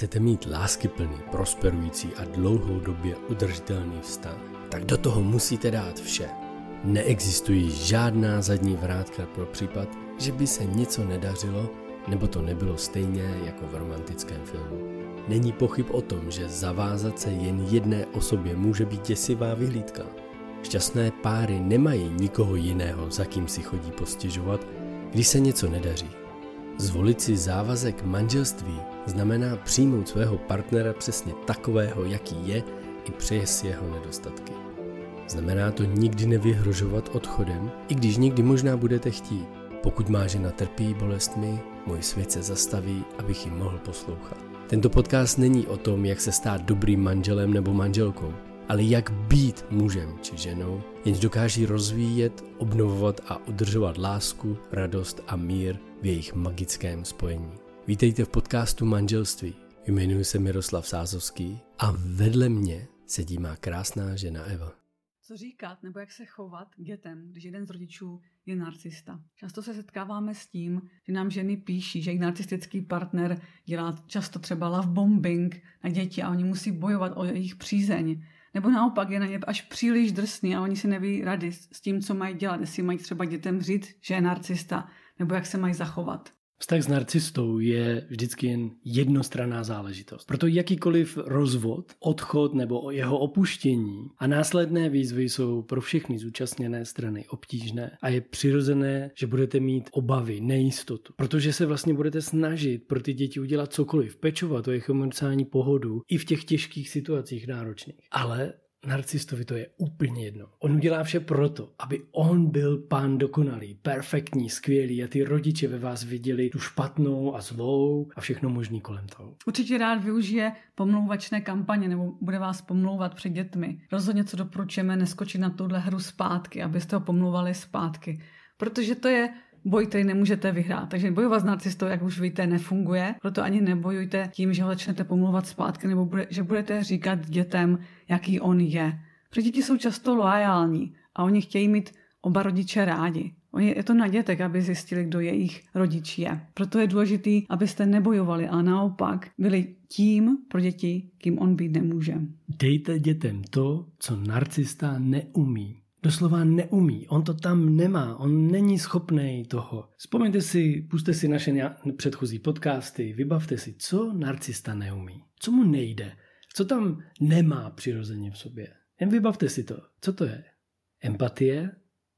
Chcete mít láskyplný, prosperující a dlouhodobě udržitelný vztah, tak do toho musíte dát vše. Neexistují žádná zadní vrátka pro případ, že by se něco nedařilo, nebo to nebylo stejně jako v romantickém filmu. Není pochyb o tom, že zavázat se jen jedné osobě může být děsivá vyhlídka. Šťastné páry nemají nikoho jiného, za kým si chodí postěžovat, když se něco nedaří. Zvolit si závazek manželství znamená přijmout svého partnera přesně takového, jaký je, i přes jeho nedostatky. Znamená to nikdy nevyhrožovat odchodem, i když někdy možná budete chtít. Pokud má žena trpí bolestmi, můj svět se zastaví, abych ji mohl poslouchat. Tento podcast není o tom, jak se stát dobrým manželem nebo manželkou, ale jak být mužem či ženou, jenž dokáží rozvíjet, obnovovat a udržovat lásku, radost a mír v jejich magickém spojení. Vítejte v podcastu Manželství. Jmenuji se Miroslav Sázovský a vedle mě sedí má krásná žena Eva. Co říkat nebo jak se chovat k dětem, když jeden z rodičů je narcista. Často se setkáváme s tím, že nám ženy píší, že jejich narcistický partner dělá často třeba love bombing na děti a oni musí bojovat o jejich přízeň. Nebo naopak je na ně až příliš drsný a oni si neví rady s tím, co mají dělat, jestli mají třeba dětem říct, že je narcista, nebo jak se mají zachovat. Vztah s narcistou je vždycky jen jednostranná záležitost. Proto jakýkoliv rozvod, odchod nebo jeho opuštění a následné výzvy jsou pro všechny zúčastněné strany obtížné a je přirozené, že budete mít obavy, nejistotu. Protože se vlastně budete snažit pro ty děti udělat cokoliv, pečovat o jejich emocionální pohodu i v těch těžkých situacích náročných. Ale narcistovi to je úplně jedno. On udělá vše proto, aby on byl pán dokonalý, perfektní, skvělý a ty rodiče ve vás viděli tu špatnou a zlou a všechno možný kolem toho. Určitě rád využije pomlouvačné kampaně nebo bude vás pomlouvat před dětmi. Rozhodně co doporučujeme, neskočit na tuhle hru zpátky, abyste ho pomlouvali zpátky. Protože to je boj, který nemůžete vyhrát. Takže bojovat s narcistou, jak už víte, nefunguje. Proto ani nebojujte tím, že ho začnete pomlouvat zpátky nebo že budete říkat dětem, jaký on je. Protože děti jsou často loajální a oni chtějí mít oba rodiče rádi. Je to na dětech, aby zjistili, kdo jejich rodič je. Proto je důležité, abyste nebojovali, ale naopak byli tím pro děti, kým on být nemůže. Dejte dětem to, co narcista neumí. Doslova neumí, on to tam nemá, on není schopný toho. Vzpomeňte si, pusťte si naše předchozí podcasty, vybavte si, co narcista neumí, co mu nejde, co tam nemá přirozeně v sobě. Jen vybavte si to, co to je? Empatie?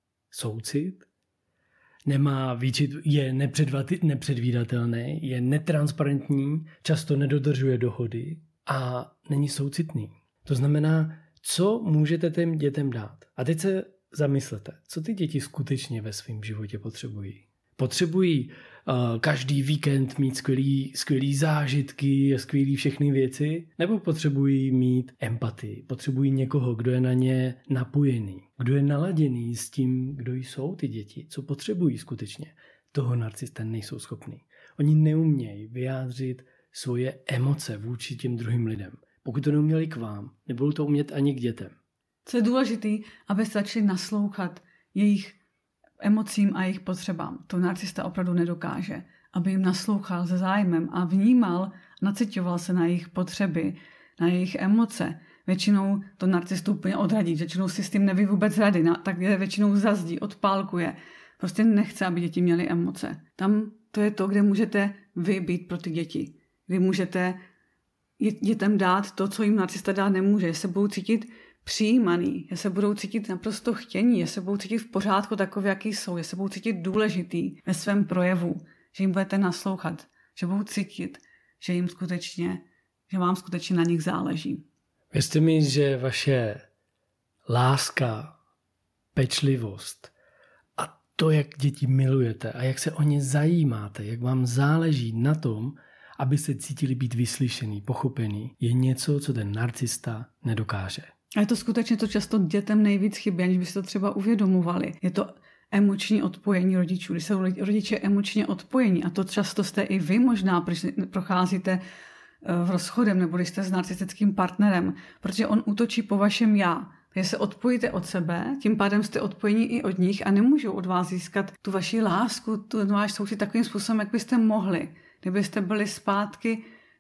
Soucit? Nemá výčit, je nepředvídatelný, je netransparentní, často nedodržuje dohody a není soucitný. To znamená, co můžete těm dětem dát? A teď se zamyslete, co ty děti skutečně ve svém životě potřebují. Potřebují každý víkend mít skvělý zážitky a skvělý všechny věci? Nebo potřebují mít empatii? Potřebují někoho, kdo je na ně napojený, kdo je naladěný s tím, kdo jsou ty děti, co potřebují skutečně. Toho narcisté nejsou schopní. Oni neumějí vyjádřit svoje emoce vůči těm druhým lidem. Pokud to neuměli k vám, nebudou to umět ani k dětem. Co je důležité, abyste začali naslouchat jejich emocím a jejich potřebám. To narcista opravdu nedokáže. Aby jim naslouchal se zájmem a vnímal, nacitoval se na jejich potřeby, na jejich emoce. Většinou to narcistu úplně odradí, většinou si s tím neví vůbec rady, tak je většinou zazdí, odpálkuje. Prostě nechce, aby děti měly emoce. Tam to je to, kde můžete vy být pro ty děti. Vy můžete dětem dát to, co jim narcista dát nemůže. Je se budou cítit přijímaný, je se budou cítit naprosto chtění, je se budou cítit v pořádku takový, jaký jsou, je se budou cítit důležitý ve svém projevu, že jim budete naslouchat, že budou cítit, že vám skutečně na nich záleží. Věřte mi, že vaše láska, pečlivost a to, jak děti milujete a jak se o ně zajímáte, jak vám záleží na tom, aby se cítili být vyslyšený, pochopený, je něco, co ten narcista nedokáže. A je to skutečně to často dětem nejvíc chybí, aniž by si to třeba uvědomovali. Je to emoční odpojení rodičů. Když jsou rodiče emočně odpojení, a to často jste i vy možná, protože procházíte v rozchodem nebo když jste s narcistickým partnerem, protože on útočí po vašem já. Takže se odpojíte od sebe, tím pádem jste odpojení i od nich a nemůžou od vás získat tu vaši lásku, tu váš soucit takovým způsobem, jak byste mohli. Kdybyste byli zpátky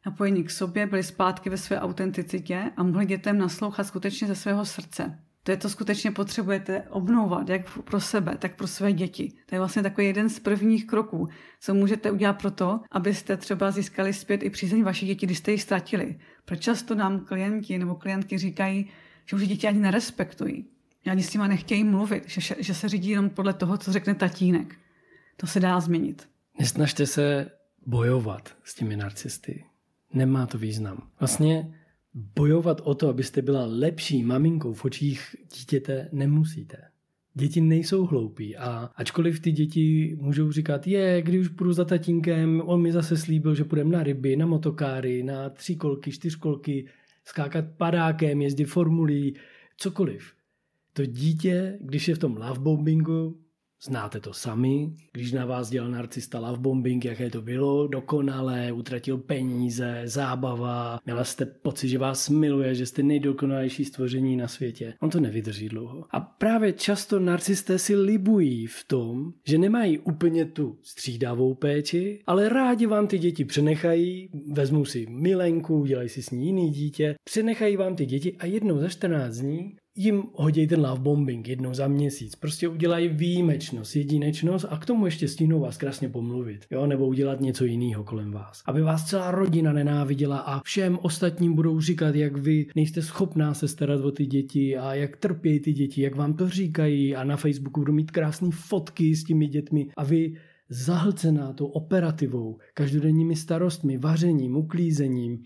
napojení k sobě, byli zpátky ve své autenticitě a mohli dětem naslouchat skutečně ze svého srdce. To skutečně potřebujete obnovovat, jak pro sebe, tak pro své děti. To je vlastně takový jeden z prvních kroků, co můžete udělat pro to, abyste třeba získali zpět i přízeň vašich dětí, když jste ji ztratili. Proč často nám klienti nebo klientky říkají, že už děti ani nerespektují, ani s nima nechtějí mluvit, že se řídí jenom podle toho, co řekne tatínek. To se dá změnit. Nesnažte se bojovat s těmi narcisty. Nemá to význam. Vlastně bojovat o to, abyste byla lepší maminkou v očích dítěte, nemusíte. Děti nejsou hloupí a ačkoliv ty děti můžou říkat, když už půjdu za tatínkem, on mi zase slíbil, že půjdeme na ryby, na motokáry, na 3kolky, 4kolky, skákat padákem, jezdit formulí, cokoliv. To dítě, když je v tom lovebombingu, znáte to sami, když na vás dělal narcista lovebombing, jaké to bylo, dokonalé, utratil peníze, zábava, měla jste pocit, že vás miluje, že jste nejdokonalejší stvoření na světě. On to nevydrží dlouho. A právě často narcisté si libují v tom, že nemají úplně tu střídavou péči, ale rádi vám ty děti přenechají, vezmou si milenku, dělají si s ní jiný dítě, přenechají vám ty děti a jednou za 14 dní jim hodí ten lovebombing jednou za měsíc. Prostě udělají výjimečnost, jedinečnost a k tomu ještě stíhnou vás krásně pomluvit. Nebo udělat něco jiného kolem vás. Aby vás celá rodina nenáviděla a všem ostatním budou říkat, jak vy nejste schopná se starat o ty děti a jak trpějí ty děti, jak vám to říkají a na Facebooku budou mít krásné fotky s těmi dětmi a vy zahlcená tou operativou, každodenními starostmi, vařením, uklízením,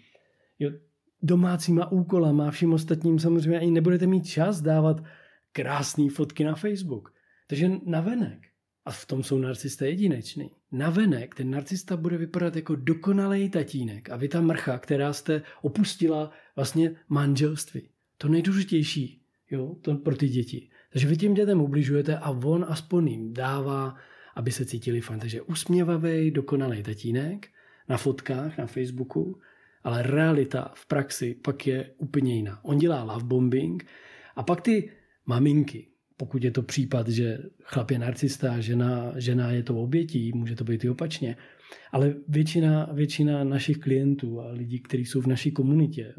domácíma úkolama a vším ostatním samozřejmě ani nebudete mít čas dávat krásné fotky na Facebook. Takže navenek, a v tom jsou narcisté jedineční, navenek ten narcista bude vypadat jako dokonalý tatínek a vy ta mrcha, která jste opustila vlastně manželství. To nejdůležitější, to pro ty děti. Takže vy těm dětem ubližujete a on aspoň jim dává, aby se cítili fajn. Takže usměvavý, dokonalý tatínek na fotkách, na Facebooku, ale realita v praxi pak je úplně jiná. On dělá lovebombing a pak ty maminky, pokud je to případ, že chlap je narcista, žena je to obětí, může to být i opačně, ale většina našich klientů a lidí, kteří jsou v naší komunitě,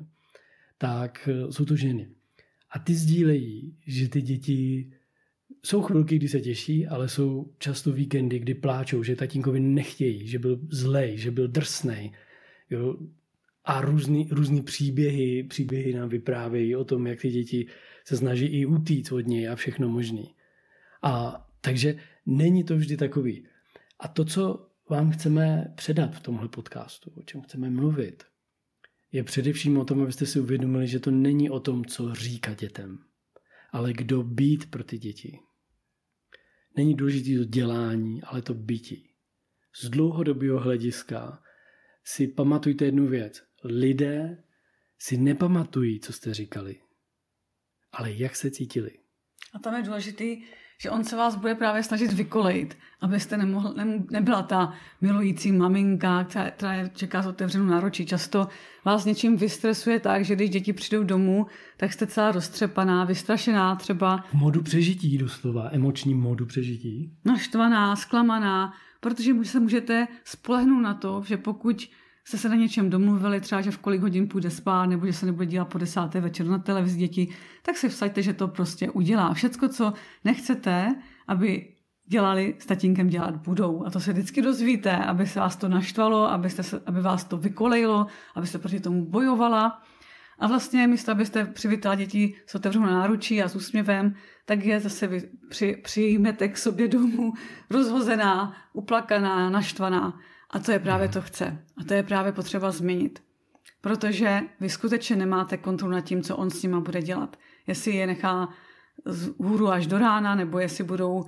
tak jsou to ženy. A ty sdílejí, že ty děti jsou chvilky, kdy se těší, ale jsou často víkendy, kdy pláčou, že tatínkovi nechtějí, že byl zlej, že byl drsnej. A různý příběhy nám vyprávějí o tom, jak ty děti se snaží i utíct od něj a všechno možný. A takže není to vždy takový. A to, co vám chceme předat v tomhle podcastu, o čem chceme mluvit, je především o tom, abyste si uvědomili, že to není o tom, co říkat dětem, ale kdo být pro ty děti. Není důležité to dělání, ale to bytí. Z dlouhodobého hlediska si pamatujte jednu věc. Lidé si nepamatují, co jste říkali, ale jak se cítili. A tam je důležitý, že on se vás bude právě snažit vykolejit, abyste nebyla ta milující maminka, která čeká s otevřenou náručí. Často vás něčím vystresuje tak, že když děti přijdou domů, tak jste celá roztřepaná, vystrašená třeba. V modu přežití doslova, emočním modu přežití. Naštvaná, zklamaná, protože se můžete spolehnout na to, že pokud jste se na něčem domluvili, třeba, že v kolik hodin půjde spát, nebo že se nebude dívat po 10. večer na televizi děti, tak si vsaďte, že to prostě udělá. Všecko, co nechcete, aby dělali s tatínkem, dělat budou. A to se vždycky dozvíte, aby se vás to naštvalo, aby vás to vykolejilo, abyste proti tomu bojovala. A vlastně místo, abyste přivítala děti s otevřenou náručí a s úsměvem, tak je zase vy přijmete k sobě domů rozhozená, uplakaná, naštvaná. A to je právě to chce. A to je právě potřeba změnit. Protože vy skutečně nemáte kontrolu nad tím, co on s nima bude dělat. Jestli je nechá z hůru až do rána, nebo jestli budou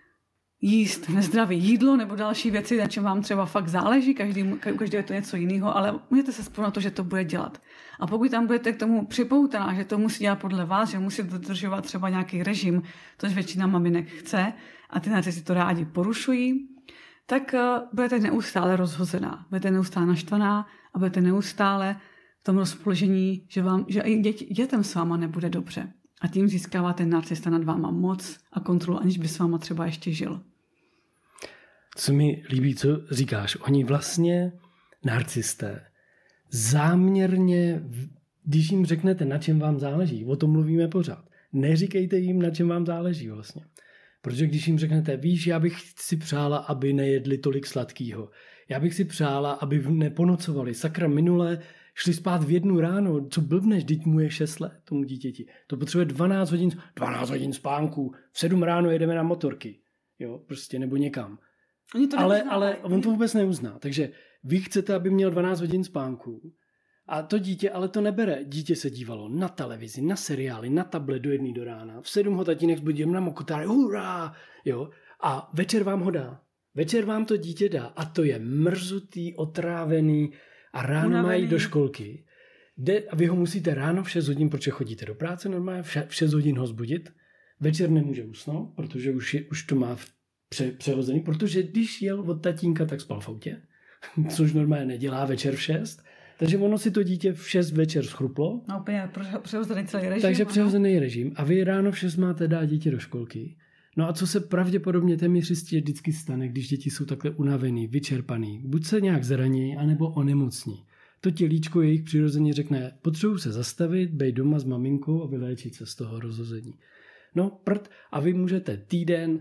jíst nezdravé jídlo, nebo další věci, na čem vám třeba fakt záleží, každý je to něco jiného, ale můžete se spolu na to, že to bude dělat. A pokud tam budete k tomu připoutaná, že to musí dělat podle vás, že musí dodržovat třeba nějaký režim, což většina maminek chce, a ty narcisté to rádi porušují, tak budete neustále rozhozená, budete neustále naštvaná a budete neustále v tom rozpoložení, že i dětem s váma nebude dobře. A tím získává ten narcista nad váma moc a kontrolu, aniž by s váma třeba ještě žil. Co mi líbí, co říkáš, oni vlastně narcisté záměrně, když jim řeknete, na čem vám záleží, o tom mluvíme pořád, neříkejte jim, na čem vám záleží vlastně. Protože když jim řeknete, víš, já bych si přála, aby nejedli tolik sladkýho. Já bych si přála, aby neponocovali. Sakra, minule šli spát v 1 ráno. Co blbneš, teď mu je 6 let, tomu dítěti. To potřebuje 12 hodin spánku. V 7 ráno jedeme na motorky. Jo, prostě, nebo někam. Ale on to vůbec neuzná. Takže vy chcete, aby měl 12 hodin spánku. A to dítě ale to nebere. Dítě se dívalo na televizi, na seriály, na tablet do 1 do rána. V 7 ho tatínek zbudil na mokotáře. Hurá! Jo? A večer vám ho dá. Večer vám to dítě dá. A to je mrzutý, otrávený a ráno mají do školky. A vy ho musíte ráno v 6 hodin, protože chodíte do práce normálně, v 6 hodin ho zbudit. Večer nemůže usnout, protože už to má přehozený. Protože když jel od tatínka, tak spal v autě. Což normálně nedělá večer v 6. Takže ono si to dítě v 6 večer schruplo. No úplně přehozený celý režim. Takže přehozený režim. A vy ráno v 6 máte dát dítě do školky. No a co se pravděpodobně téměř jistě vždycky stane, když děti jsou takhle unavený, vyčerpaný, buď se nějak zraní, anebo onemocní. To tělíčko jejich přirozeně řekne, potřebuji se zastavit, bejt doma s maminkou a vyléčit se z toho rozhození. No a vy můžete týden,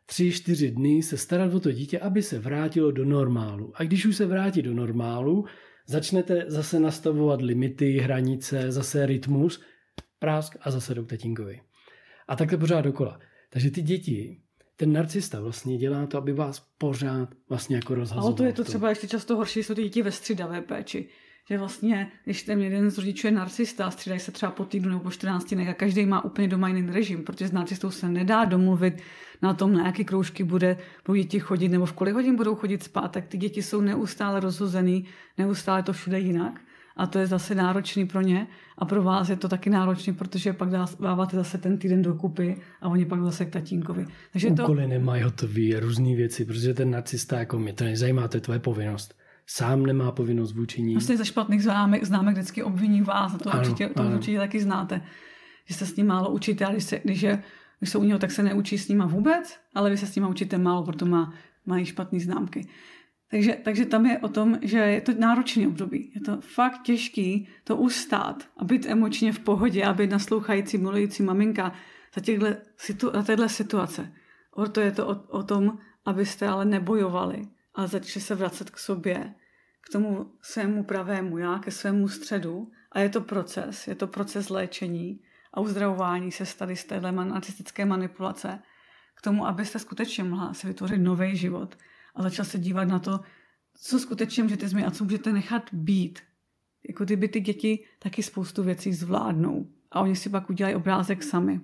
3-4 dny se starat o to dítě, aby se vrátilo do normálu. A když už se vrátí do normálu, začnete zase nastavovat limity, hranice, zase rytmus, prásk a zase do tatínkovi. A takhle pořád dokola. Takže ty děti, ten narcista vlastně dělá to, aby vás pořád vlastně jako rozhazoval. Ale to je to třeba ještě často horší, jsou ty děti ve střídavé péči. Že vlastně, když ten jeden z rodičů je narcista, střídají se třeba po týdnu nebo po 14 dnech a každý má úplně doma jiný režim, protože s narcistou se nedá domluvit na tom, na jaké kroužky budou děti chodit nebo v kolik hodin budou chodit spát, tak ty děti jsou neustále rozhozený, neustále to všude jinak a to je zase náročný pro ně a pro vás je to taky náročný, protože pak dáváte zase ten týden dokupy a oni pak zase k tatínkovi. Takže úkoly nemají hotový, různý věci, protože ten narcista jako mě to nezajímá, to je tvoje povinnost. Sám nemá povinnost vůči ní. Vlastně za špatných známek vždycky obviní vás a to určitě taky znáte. Že se s ním málo učíte, ale když jsou u něho, tak se neučí s nima vůbec, ale vy se s nima učíte málo, proto mají špatné známky. Takže tam je o tom, že je to náročný období. Je to fakt těžký to ustát a být emočně v pohodě a být naslouchající, mluvící maminka za téhle situace. To je to o tom, abyste ale nebojovali a začali se vracet k sobě, k tomu svému pravému já, ke svému středu. A je to proces léčení a uzdravování se tady z téhle narcistické manipulace k tomu, abyste skutečně mohla si vytvořit nový život a začal se dívat na to, co skutečně můžete změnit a co můžete nechat být. Jako kdyby ty děti taky spoustu věcí zvládnou a oni si pak udělají obrázek sami.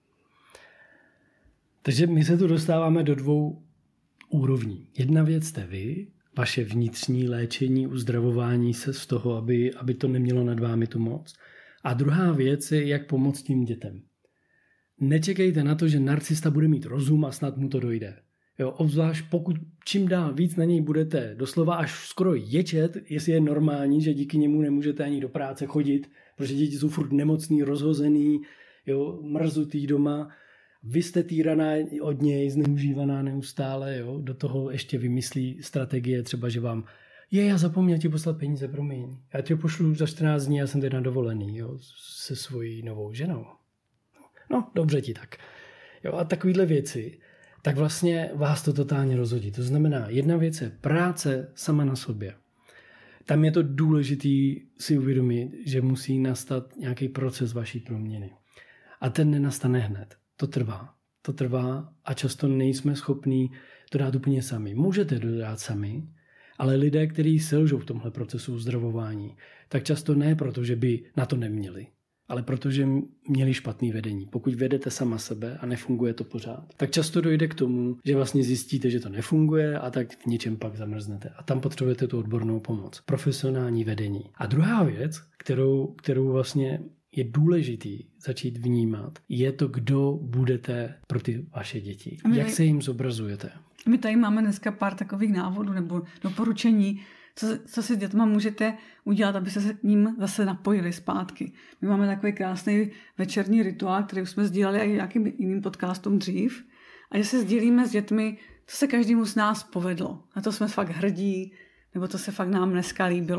Takže my se tu dostáváme do 2 úrovní. Jedna věc jste vy, vaše vnitřní léčení, uzdravování se z toho, aby to nemělo nad vámi tu moc. A druhá věc je, jak pomoct tím dětem. Nečekejte na to, že narcista bude mít rozum a snad mu to dojde. Jo, obzvlášť pokud čím dál víc na něj budete doslova až skoro ječet, jestli je normální, že díky němu nemůžete ani do práce chodit, protože děti jsou furt nemocný, rozhozený, jo, mrzutý doma. Vy jste týraná od něj, zneužívaná neustále, jo? Do toho ještě vymyslí strategie, třeba, že vám já zapomněl ti poslat peníze, promiň. Já ti pošlu za 14 dní, já jsem teď na dovolený, jo? Se svojí novou ženou. No, dobře ti tak. Jo, a takovýhle věci, tak vlastně vás to totálně rozhodí. To znamená, jedna věc je práce sama na sobě. Tam je to důležitý si uvědomit, že musí nastat nějaký proces vaší proměny. A ten nenastane hned. To trvá a často nejsme schopní to dát úplně sami. Můžete to dát sami, ale lidé, kteří selžou v tomhle procesu uzdravování, tak často ne proto, že by na to neměli, ale protože měli špatný vedení. Pokud vedete sama sebe a nefunguje to pořád, tak často dojde k tomu, že vlastně zjistíte, že to nefunguje a tak v něčem pak zamrznete. A tam potřebujete tu odbornou pomoc. Profesionální vedení. A druhá věc, kterou vlastně je důležitý začít vnímat, je to, kdo budete pro ty vaše děti. Jak se jim zobrazujete. My tady máme dneska pár takových návodů nebo doporučení, co si s dětma můžete udělat, aby se s ním zase napojili zpátky. My máme takový krásný večerní rituál, který už jsme sdíleli i nějakým jiným podcastům dřív. A že se sdílíme s dětmi, co se každému z nás povedlo. Na to jsme fakt hrdí, nebo to se fakt nám dneska líbilo.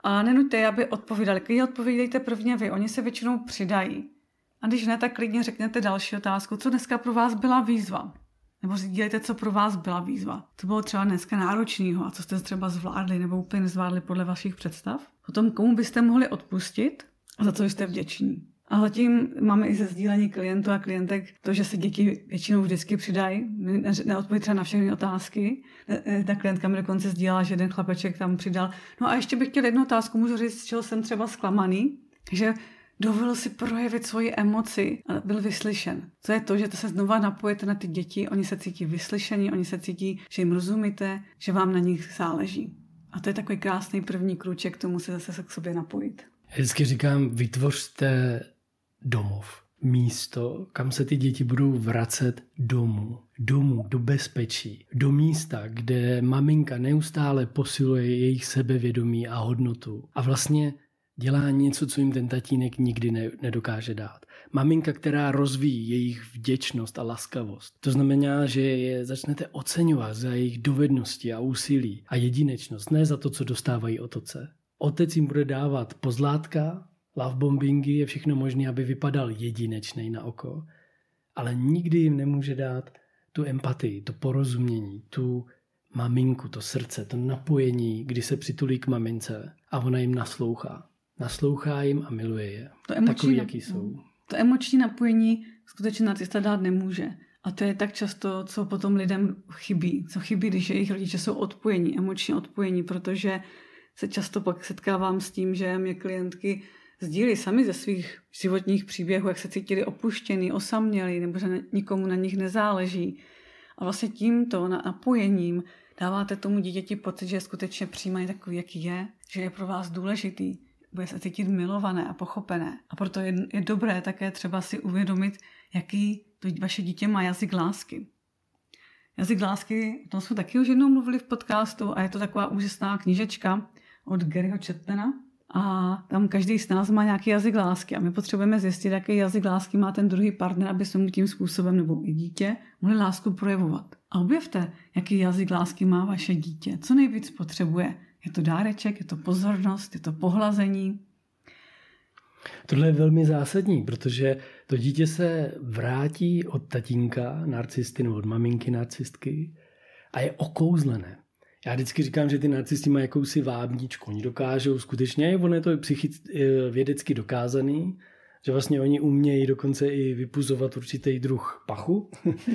A nenuďte, aby odpovídali. Klidně odpovídejte prvně vy, oni se většinou přidají. A když ne, tak klidně řekněte další otázku. Co dneska pro vás byla výzva? Nebo sdílejte, co pro vás byla výzva. Co bylo třeba dneska náročného a co jste třeba zvládli nebo úplně nezvládli podle vašich představ. Potom komu byste mohli odpustit a za co jste vděční. A zatím máme i ze sdílení klientů a klientek to, že se děti většinou vždycky přidají, neodpoví třeba na všechny otázky. Ta klientka mi dokonce sdílela, že jeden chlapeček tam přidal. No a ještě bych chtěl jednu otázku, můžu říct, z čeho jsem třeba zklamaný, že dovolil si projevit svoji emoci a byl vyslyšen. Co je to, že to se znova napojete na ty děti, oni se cítí vyslyšení, oni se cítí, že jim rozumíte, že vám na nich záleží. A to je takový krásný první krůček k tomu se zase k sobě napojit. Vždycky říkám, vytvořte domov. Místo, kam se ty děti budou vracet domů, do bezpečí, do místa, kde maminka neustále posiluje jejich sebevědomí a hodnotu a vlastně dělá něco, co jim ten tatínek nikdy nedokáže dát. Maminka, která rozvíjí jejich vděčnost a laskavost. To znamená, že je začnete oceňovat za jejich dovednosti a úsilí a jedinečnost, ne za to, co dostávají od otce. Otec jim bude dávat pozlátka, lovebombingy, je všechno možné, aby vypadal jedinečnej na oko, ale nikdy jim nemůže dát tu empatii, to porozumění, tu maminku, to srdce, to napojení, kdy se přitulí k mamince a ona jim naslouchá. Naslouchá jim a miluje je. Takový, jaký jsou. To emoční napojení skutečně narcista dát nemůže. A to je tak často, co potom lidem chybí. Co chybí, když jejich rodiče jsou odpojení, emočně odpojení, protože se často pak setkávám s tím, že mě klientky sdílí sami ze svých životních příběhů, jak se cítili opuštěný, osamělí, nebo že nikomu na nich nezáleží. A vlastně tímto napojením dáváte tomu dítěti pocit, že je skutečně přijímají takový, jaký je, že je pro vás důležitý, bude se cítit milované a pochopené. A proto je dobré také třeba si uvědomit, jaký to vaše dítě má jazyk lásky. Jazyk lásky, o tom jsme taky už jednou mluvili v podcastu a je to taková úžasná knížečka od Garyho Chapmana. A tam každý z nás má nějaký jazyk lásky a my potřebujeme zjistit, jaký jazyk lásky má ten druhý partner, aby se mu tím způsobem nebo i dítě mohli lásku projevovat. A objevte, jaký jazyk lásky má vaše dítě, co nejvíc potřebuje. Je to dáreček, je to pozornost, je to pohlazení. Tohle je velmi zásadní, protože to dítě se vrátí od tatínka narcisty nebo od maminky narcistky a je okouzlené. Já vždycky říkám, že ty narcisti mají jakousi vábničku. Oni dokážou skutečně, ono je to vědecky dokázaný, že vlastně oni umějí dokonce i vypuzovat určitý druh pachu,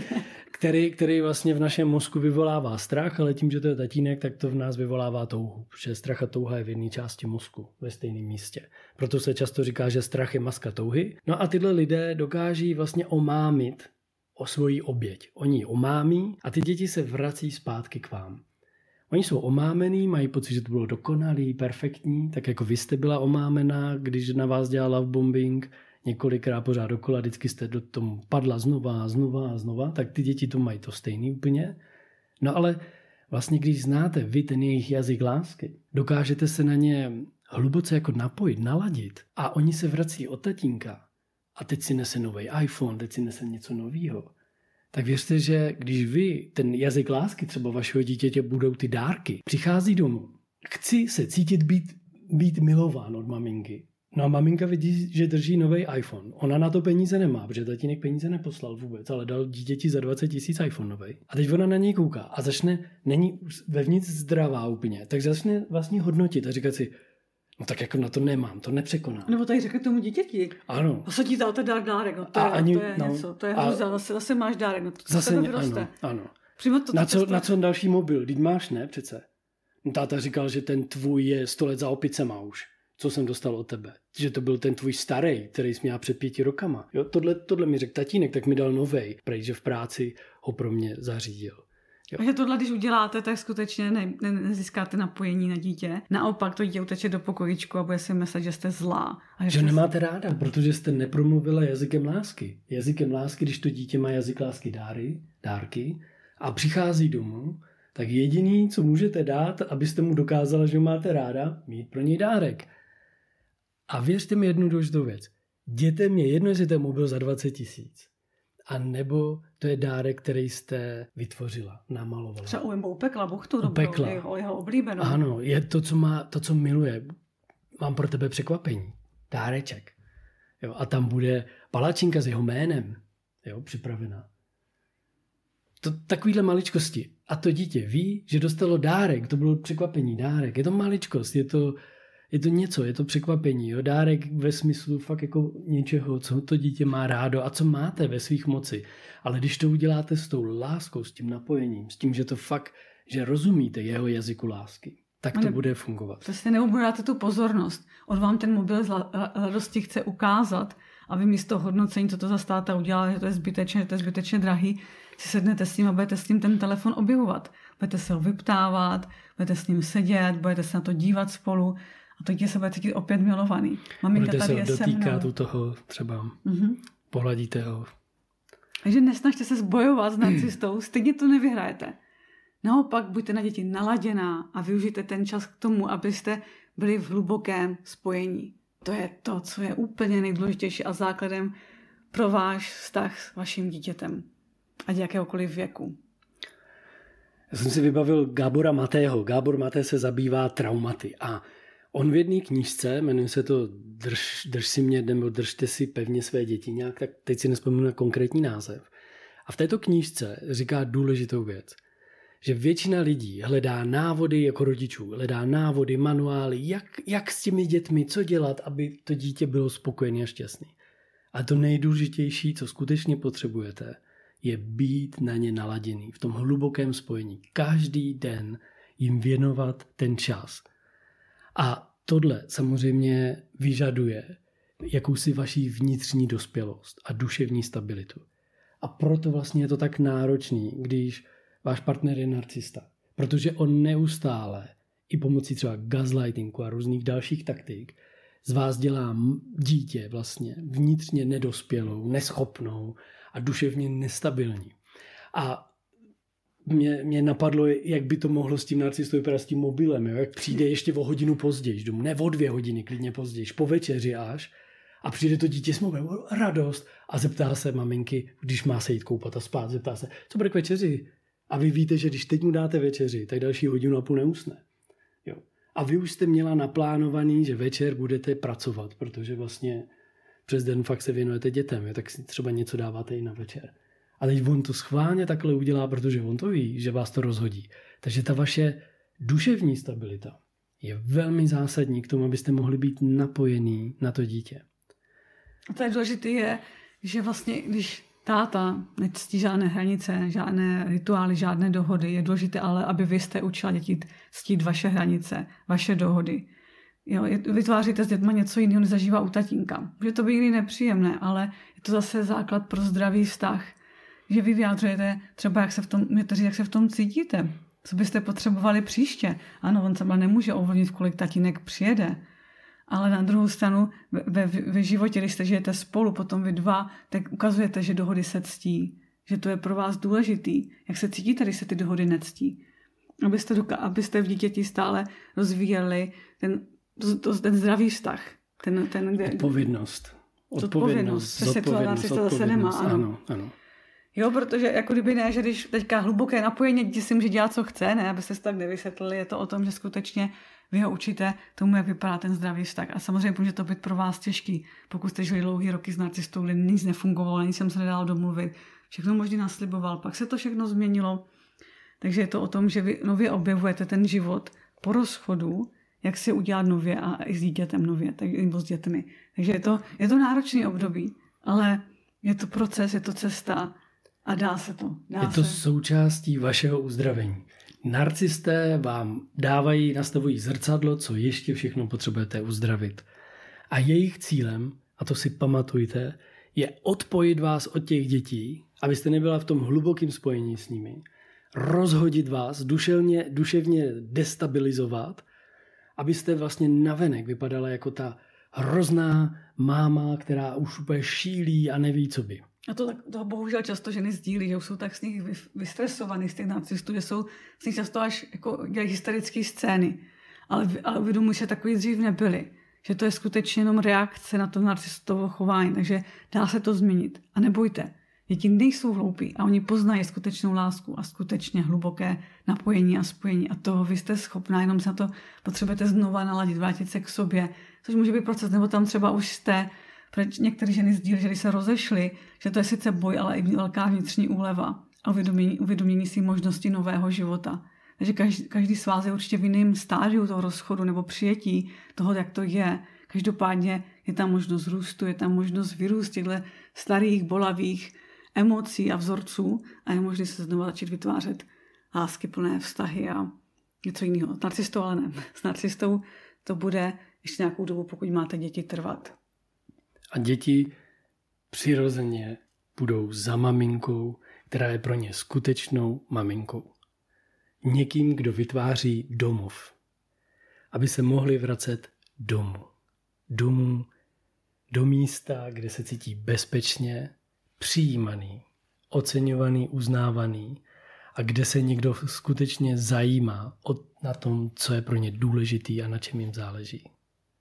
který vlastně v našem mozku vyvolává strach, ale tím, že to je tatínek, tak to v nás vyvolává touhu, protože strach a touha je v jedné části mozku, ve stejném místě. Proto se často říká, že strach je maska touhy. No a tyhle lidé dokáží vlastně omámit o svoji oběť. Oni ji omámí a ty děti se vrací zpátky k vám. Oni jsou omámený, mají pocit, že to bylo dokonalý, perfektní, tak jako vy jste byla omámená, když na vás dělal lovebombing několikrát pořád dokola, vždycky jste do tomu padla znova, tak ty děti to mají to stejný úplně. No ale vlastně, když znáte vy ten jejich jazyk lásky, dokážete se na ně hluboce jako napojit, naladit a oni se vrací od tatínka a teď si nese nový iPhone, teď si nese něco novýho. Tak věřte, že když vy, ten jazyk lásky třeba vašeho dítěte budou ty dárky, přichází domů, chci se cítit být milován od maminky. No a maminka vidí, že drží nový iPhone. Ona na to peníze nemá, protože tatínek peníze neposlal vůbec, ale dal dítěti za 20 000 iPhone nový. A teď ona na něj kouká a není vevnitř zdravá úplně, tak začne vlastně hodnotit a říkat si, no tak jako na to nemám, to nepřekonám. Nebo tady řekne tomu dítěti. Ano. Posadí táta dárek, no to je něco, to je hruza, zase máš dárek, no to zase vyroste. Ano. To na co další mobil, teď máš, ne přece. No, táta říkal, že ten tvůj je 100 let za opicema už, co jsem dostal od tebe. Že to byl ten tvůj starý, který jsi měla před 5 rokama. Jo, tohle mi řekl tatínek, tak mi dal novej, protože v práci ho pro mě zařídil. Takže tohle, když uděláte, tak skutečně nezískáte napojení na dítě. Naopak to dítě uteče do pokojíčku a bude si myslet, že jste zlá. A že nemáte ráda, protože jste nepromluvila jazykem lásky. Jazykem lásky, když to dítě má jazyk lásky dárky a přichází domů, tak jediný, co můžete dát, abyste mu dokázala, že ho máte ráda, mít pro něj dárek. A věřte mi jednu důležitou věc. Dětem je jedno, jestli ten mobil za 20 000. A nebo to je dárek, který jste vytvořila, namalovala. Třeba upekla buchtu dobrou, jeho oblíbenou. Ano, je to, co miluje. mám pro tebe překvapení, dáreček. Jo, a tam bude palačinka s jeho jménem, jo, připravená. To takovýhle maličkosti. A to dítě ví, že dostalo dárek, to bylo překvapení, dárek. Je to maličkost, je to něco, je to překvapení. Jo? Dárek ve smyslu fakt jako něčeho, co to dítě má rádo a co máte ve svých moci. Ale když to uděláte s tou láskou, s tím napojením, s tím, že to fakt, že rozumíte jeho jazyku lásky, tak to bude fungovat. Přesně, nebo dáte tu pozornost. On vám ten mobil z radosti chce ukázat a vy místo hodnocení, co to za státa udělá, že to je zbytečně drahý, si sednete s ním a budete s tím ten telefon objevovat. Budete se ho vyptávat, budete s ním sedět, budete se na to dívat spolu a to dítě se bude cítit opět milovaný. Maminka budete tady se je dotýkat u toho třeba, pohladíte ho. Takže nesnažte se zbojovat s narcistou, stejně to nevyhrajete. Naopak buďte na děti naladěná a využijte ten čas k tomu, abyste byli v hlubokém spojení. To je to, co je úplně nejdůležitější a základem pro váš vztah s vaším dítětem. Ať jakéhokoliv věku. Já jsem si vybavil Gábora Matého. Gábor Maté se zabývá traumaty a on v jedné knížce, jmenuje se to Drž si mě, nebo Držte si pevně své děti nějak, tak teď si nespomínám na konkrétní název. A v této knížce říká důležitou věc, že většina lidí hledá návody jako rodičů, hledá návody, manuály, jak s těmi dětmi, co dělat, aby to dítě bylo spokojené a šťastné. A to nejdůležitější, co skutečně potřebujete, je být na ně naladěný v tom hlubokém spojení. Každý den jim věnovat ten čas. A tohle samozřejmě vyžaduje jakousi vaší vnitřní dospělost a duševní stabilitu. A proto vlastně je to tak náročný, když váš partner je narcista. Protože on neustále i pomocí třeba gaslightingu a různých dalších taktik z vás dělá dítě vlastně vnitřně nedospělou, neschopnou a duševně nestabilní. A mě napadlo, jak by to mohlo s tím narcistou vypadat s tím mobilem. Jo? Jak přijde ještě o hodinu později, ne o 2 hodiny, klidně později, po večeři až, a přijde to dítě s mobilem, radost, a zeptá se maminky, když má se jít koupat a spát, zeptá se, co bude k večeři? A vy víte, že když teď mu dáte večeři, tak další 1.5 hodiny neusne. Jo. A vy už jste měla naplánovaný, že večer budete pracovat, protože vlastně přes den fakt se věnujete dětem, jo? Tak si třeba něco dáváte i na večer. A teď on to schválně takhle udělá, protože on to ví, že vás to rozhodí. Takže ta vaše duševní stabilita je velmi zásadní k tomu, abyste mohli být napojení na to dítě. A to je důležité je, že vlastně, když táta nectí žádné hranice, žádné rituály, žádné dohody, je důležité ale, aby vy jste učila děti ctít vaše hranice, vaše dohody. Jo, vytváříte s dětma něco jiného, než zažívá u tatínka. Může to být někdy nepříjemné, ale je to zase základ pro zdravý vztah. Že vy vyjádřujete třeba, jak se v tom cítíte, co byste potřebovali příště. Ano, on třeba nemůže ovlivnit, kolik tatínek přijede, ale na druhou stranu ve životě, když žijete spolu, potom vy dva, tak ukazujete, že dohody se ctí, že to je pro vás důležitý. Jak se cítíte, když se ty dohody nectí? Abyste v dítěti stále rozvíjeli ten zdravý vztah. Odpovědnost. Přesně to zase nemá. Ano. Jo, protože jako kdyby ne, že když teďka hluboké napojení, dítě si může dělat, co chce, ne, abyste se tak nevysvětlili, je to o tom, že skutečně vy ho učíte tomu, jak vypadá ten zdravý vztah. A samozřejmě může to být pro vás těžký, pokud jste žili dlouhý roky s narcistou, kdy nic nefungovalo, nic jsem se nedal domluvit, všechno možná nasliboval, pak se to všechno změnilo. Takže je to o tom, že vy nově objevujete ten život po rozchodu, jak si udělat nově a i s dítětem nově, nebo s dětmi. Takže je to náročný období, ale je to proces, je to cesta a dá se to. Je to součástí vašeho uzdravení. Narcisté vám nastavují zrcadlo, co ještě všechno potřebujete uzdravit. A jejich cílem, a to si pamatujte, je odpojit vás od těch dětí, abyste nebyla v tom hlubokém spojení s nimi, rozhodit vás, duševně destabilizovat, abyste vlastně navenek vypadala jako ta hrozná máma, která už úplně šílí a neví, co by. A to bohužel často ženy sdílí, že už jsou tak z nich vystresovaný z těch narcistů, že jsou z nich často až jako dělají hysterické scény. Ale uvědomuji, že takový dřív nebyli. Že to je skutečně jenom reakce na to narcistovo chování. Takže dá se to změnit. A nebojte. Děti nejsou hloupí a oni poznají skutečnou lásku a skutečně hluboké napojení a spojení. A toho vy jste schopná, jenom se na to potřebujete znova naladit, vrátit se k sobě, což může být proces, nebo tam třeba už jste, protože některé ženy sdílí, že když se rozešly, že to je sice boj, ale i velká vnitřní úleva a uvědomění si možnosti nového života. Takže každý z vás je určitě v jiném stádiu toho rozchodu nebo přijetí toho, jak to je. Každopádně je tam možnost růstu, je tam možnost vyrůst těchto starých, bolavých emocí a vzorců a je možné se znovu začít vytvářet láskyplné vztahy a něco jiného. S narcistou ale ne. S narcistou to bude ještě nějakou dobu, pokud máte děti, trvat. A děti přirozeně budou za maminkou, která je pro ně skutečnou maminkou. Někým, kdo vytváří domov, aby se mohli vracet domů, do místa, kde se cítí bezpečně, přijímaný, oceňovaný, uznávaný a kde se někdo skutečně zajímá na tom, co je pro ně důležitý a na čem jim záleží.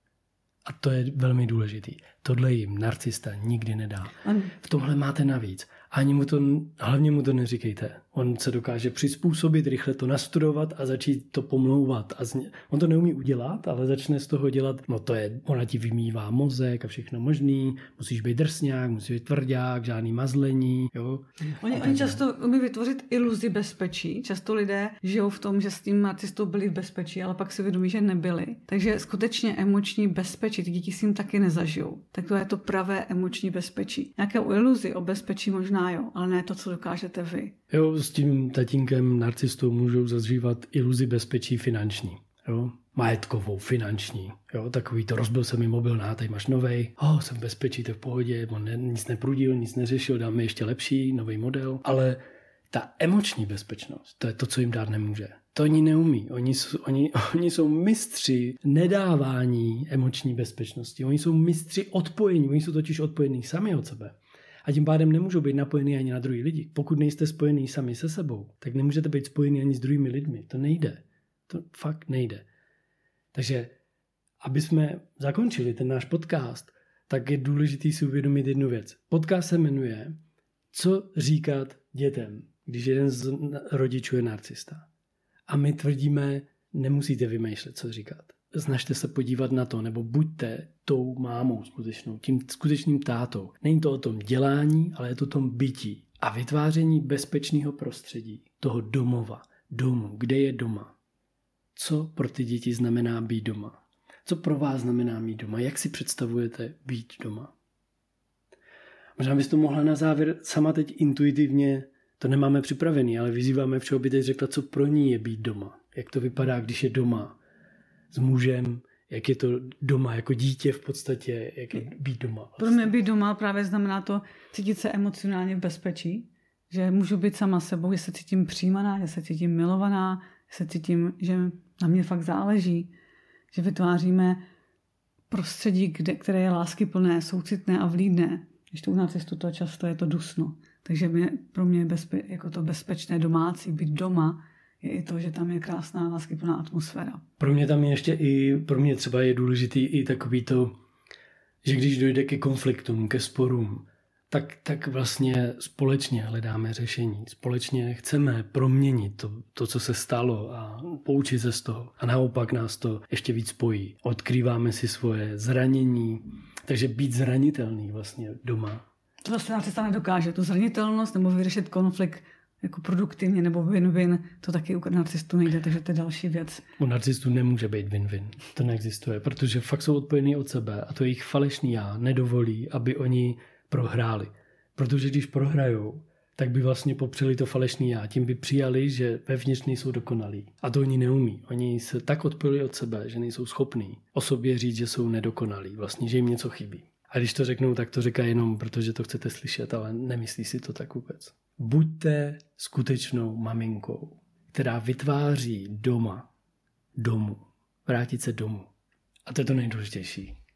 A to je velmi důležitý. Tohle jim narcista nikdy nedá. V tomhle máte navíc. Hlavně mu to neříkejte. On se dokáže přizpůsobit, rychle to nastudovat a začít to pomlouvat. On to neumí udělat, ale začne z toho dělat, ona ti vymývá mozek a všechno možný, musíš být drsňák, musíš být tvrdák, žádný mazlení. Jo? Oni často umí vytvořit iluzi bezpečí. Často lidé žijou v tom, že s tím narcistou byli v bezpečí, ale pak si uvědomí, že nebyli. Takže skutečně emoční bezpečí, ty děti si jim taky nezažijou. Tak to je to pravé emoční bezpečí. Nějakou iluzi o bezpečí možná jo, ale ne to, co dokážete vy. Jo, s tím tatínkem narcistou můžou zažívat iluzi bezpečí finanční. Jo? Majetkovou, finanční. Jo? Takový to rozbil se mi mobil, tady máš novej. Jsem v bezpečí, to v pohodě, on nic neprudil, nic neřešil, dáme ještě lepší, nový model. Ale ta emoční bezpečnost, to je to, co jim dát nemůže. To oni neumí. Oni jsou mistři nedávání emoční bezpečnosti. Oni jsou mistři odpojení. Oni jsou totiž odpojení sami od sebe. A tím pádem nemůžou být napojení ani na druhý lidi. Pokud nejste spojení sami se sebou, tak nemůžete být spojení ani s druhými lidmi. To nejde. To fakt nejde. Takže, aby jsme zakončili ten náš podcast, tak je důležité si uvědomit jednu věc. Podcast se jmenuje Co říkat dětem, když jeden z rodičů je narcista. A my tvrdíme, nemusíte vymýšlet, co říkat. Snažte se podívat na to, nebo buďte tou mámou skutečnou, tím skutečným tátou. Není to o tom dělání, ale je to o tom bytí a vytváření bezpečného prostředí, toho domu, kde je doma. Co pro ty děti znamená být doma? Co pro vás znamená být doma? Jak si představujete být doma? Možná bys to mohla na závěr sama teď intuitivně, to nemáme připravený, ale vyzýváme všeho, aby teď řekla, co pro ní je být doma. Jak to vypadá, když je doma s mužem, jak je to doma jako dítě v podstatě, jak je být doma. Vlastně. Pro mě být doma právě znamená to cítit se emocionálně v bezpečí, že můžu být sama sebou, že se cítím přijímaná, že se cítím milovaná, že se cítím, že na mě fakt záleží, že vytváříme prostředí, které je láskyplné, soucitné a vlídné. Když to u narcistů to často je to dusno. Takže pro mě je jako to bezpečné domácí, být doma, je i to, že tam je krásná láskyplná atmosféra. Pro mě tam ještě pro mě třeba je důležitý i takový to, že když dojde ke konfliktům, ke sporům, tak vlastně společně hledáme řešení. Společně chceme proměnit to, co se stalo a poučit se z toho. A naopak nás to ještě víc spojí. Odkrýváme si svoje zranění, takže být zranitelný vlastně doma. To zase narcista nedokáže. Tu zranitelnost nebo vyřešit konflikt jako produktivně nebo win-win, to taky u narcistů nejde, takže to je další věc. U narcistů nemůže být win-win. To neexistuje, protože fakt jsou odpojení od sebe a to jejich falešný já nedovolí, aby oni prohráli. Protože když prohrajou, tak by vlastně popřeli to falešný já. Tím by přijali, že vevnitř nejsou dokonalí. A to oni neumí. Oni se tak odpojili od sebe, že nejsou schopní o sobě říct, že jsou nedokonalí. Vlastně, že jim něco chybí. A když to řeknou, tak to říkají jenom, protože to chcete slyšet, ale nemyslí si to tak vůbec. Buďte skutečnou maminkou, která vytváří domu. Vrátit se domů. A to je to nejdůležitější.